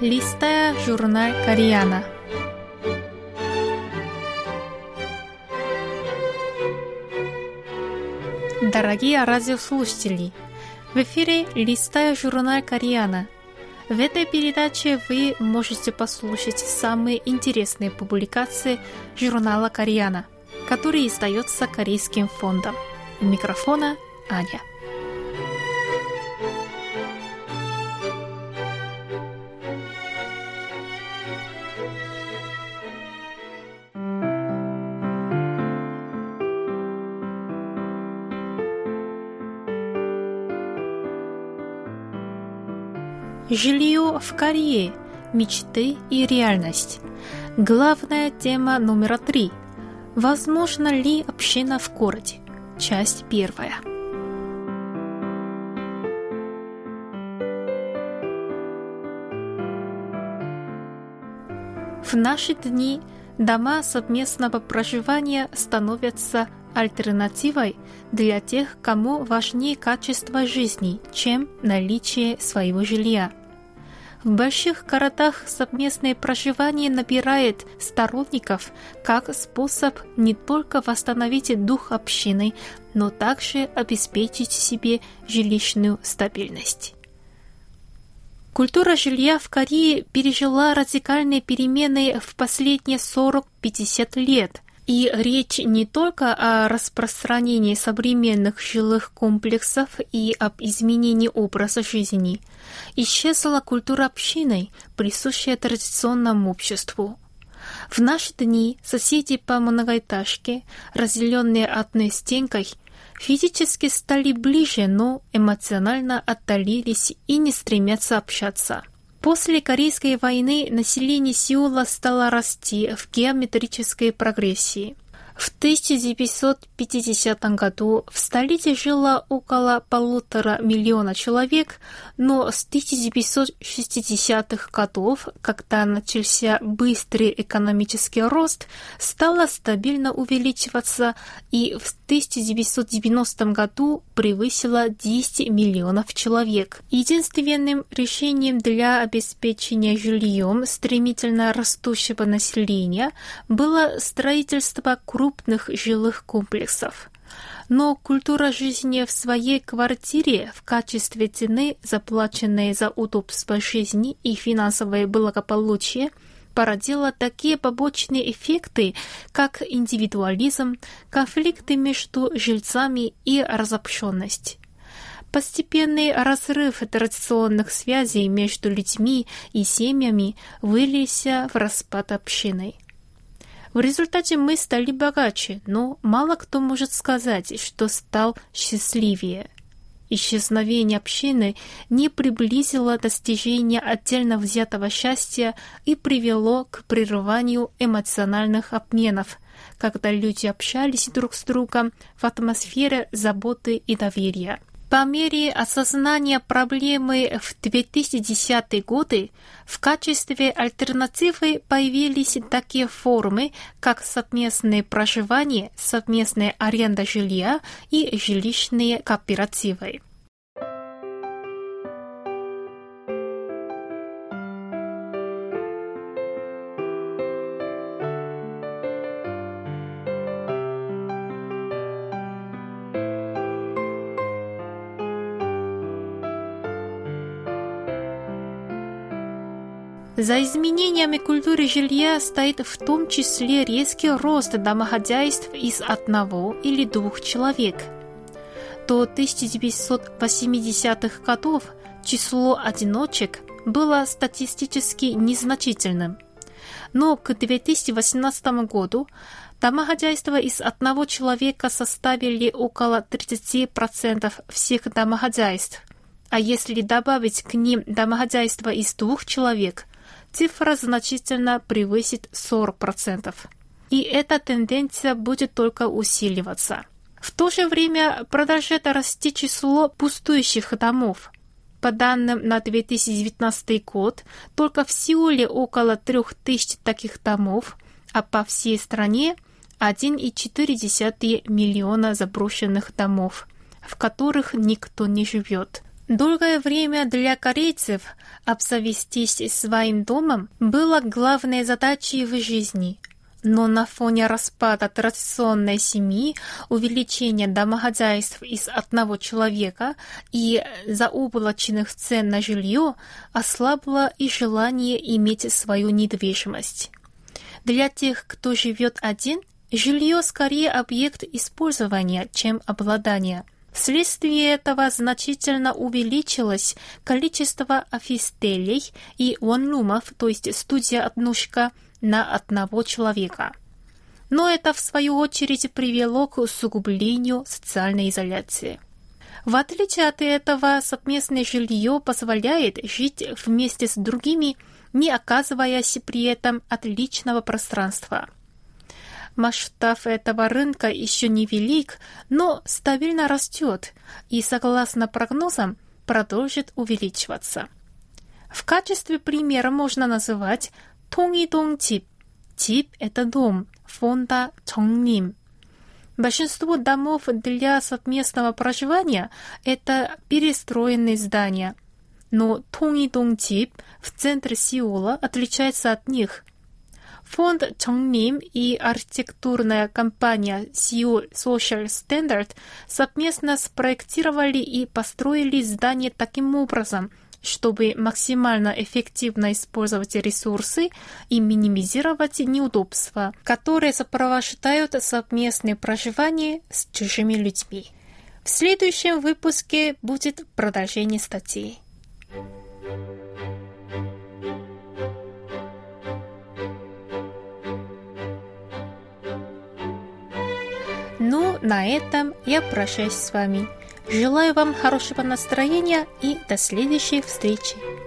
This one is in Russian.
Листая журнал «Кореяна». Дорогие радиослушатели, в эфире «Листая журнал «Кореяна». В этой передаче вы можете послушать самые интересные публикации журнала «Кореяна», который издается Корейским фондом. У микрофона Аня. Жилье в Корее. Мечты и реальность. Главная тема номер 3. Возможно ли община в городе? Часть 1. В наши дни дома совместного проживания становятся альтернативой для тех, кому важнее качество жизни, чем наличие своего жилья. В больших городах совместное проживание набирает сторонников как способ не только восстановить дух общины, но также обеспечить себе жилищную стабильность. Культура жилья в Корее пережила радикальные перемены в последние 40-50 лет. И речь не только о распространении современных жилых комплексов и об изменении образа жизни. Исчезла культура общины, присущая традиционному обществу. В наши дни соседи по многоэтажке, разделенные одной стенкой, физически стали ближе, но эмоционально отдалились и не стремятся общаться. После Корейской войны население Сеула стало расти в геометрической прогрессии. В 1950 году в столице жило около 1,5 миллиона человек, но с 1960-х годов, когда начался быстрый экономический рост, стало стабильно увеличиваться и в 1990 году превысило 10 миллионов человек. Единственным решением для обеспечения жильем стремительно растущего населения было строительство крупных жилых комплексов. Но культура жизни в своей квартире в качестве цены, заплаченной за удобство жизни и финансовое благополучие, породила такие побочные эффекты, как индивидуализм, конфликты между жильцами и разобщенность. Постепенный разрыв традиционных связей между людьми и семьями вылился в распад общины. В результате мы стали богаче, но мало кто может сказать, что стал счастливее. Исчезновение общины не приблизило достижения отдельно взятого счастья и привело к прерыванию эмоциональных обменов, когда люди общались друг с другом в атмосфере заботы и доверия. По мере осознания проблемы в 2010-е годы в качестве альтернативы появились такие формы, как совместное проживание, совместная аренда жилья и жилищные кооперативы. За изменениями культуры жилья стоит в том числе резкий рост домохозяйств из 1 или 2 человек. До 1980-х годов число одиночек было статистически незначительным. Но к 2018 году домохозяйства из 1 человека составили около 30% всех домохозяйств. А если добавить к ним домохозяйства из 2 человек, цифра значительно превысит 40%. И эта тенденция будет только усиливаться. В то же время продолжает расти число пустующих домов. По данным на 2019 год, только в Сеуле около 3000 таких домов, а по всей стране 1,4 миллиона заброшенных домов, в которых никто не живет. Долгое время для корейцев обзавестись своим домом было главной задачей в жизни. Но на фоне распада традиционной семьи, увеличения домохозяйств из одного человека и заоблачных цен на жилье ослабло и желание иметь свою недвижимость. Для тех, кто живет один, жилье скорее объект использования, чем обладания. Вследствие этого значительно увеличилось количество офистелей и ванрумов, то есть студия-однушка, на одного человека. Но это, в свою очередь, привело к усугублению социальной изоляции. В отличие от этого, совместное жилье позволяет жить вместе с другими, не оказываясь при этом от личного пространства. Масштаб этого рынка еще не велик, но стабильно растет и, согласно прогнозам, продолжит увеличиваться. В качестве примера можно называть 통이동-집. 집 – это дом, фонда 정림. Большинство домов для совместного проживания – это перестроенные здания. Но 통이동-집 в центре Сеула отличается от них. Фонд Чонгним и архитектурная компания Seoul Social Standard совместно спроектировали и построили здание таким образом, чтобы максимально эффективно использовать ресурсы и минимизировать неудобства, которые сопровождают совместное проживание с чужими людьми. В следующем выпуске будет продолжение статьи. Ну, на этом я прощаюсь с вами. Желаю вам хорошего настроения и до следующей встречи.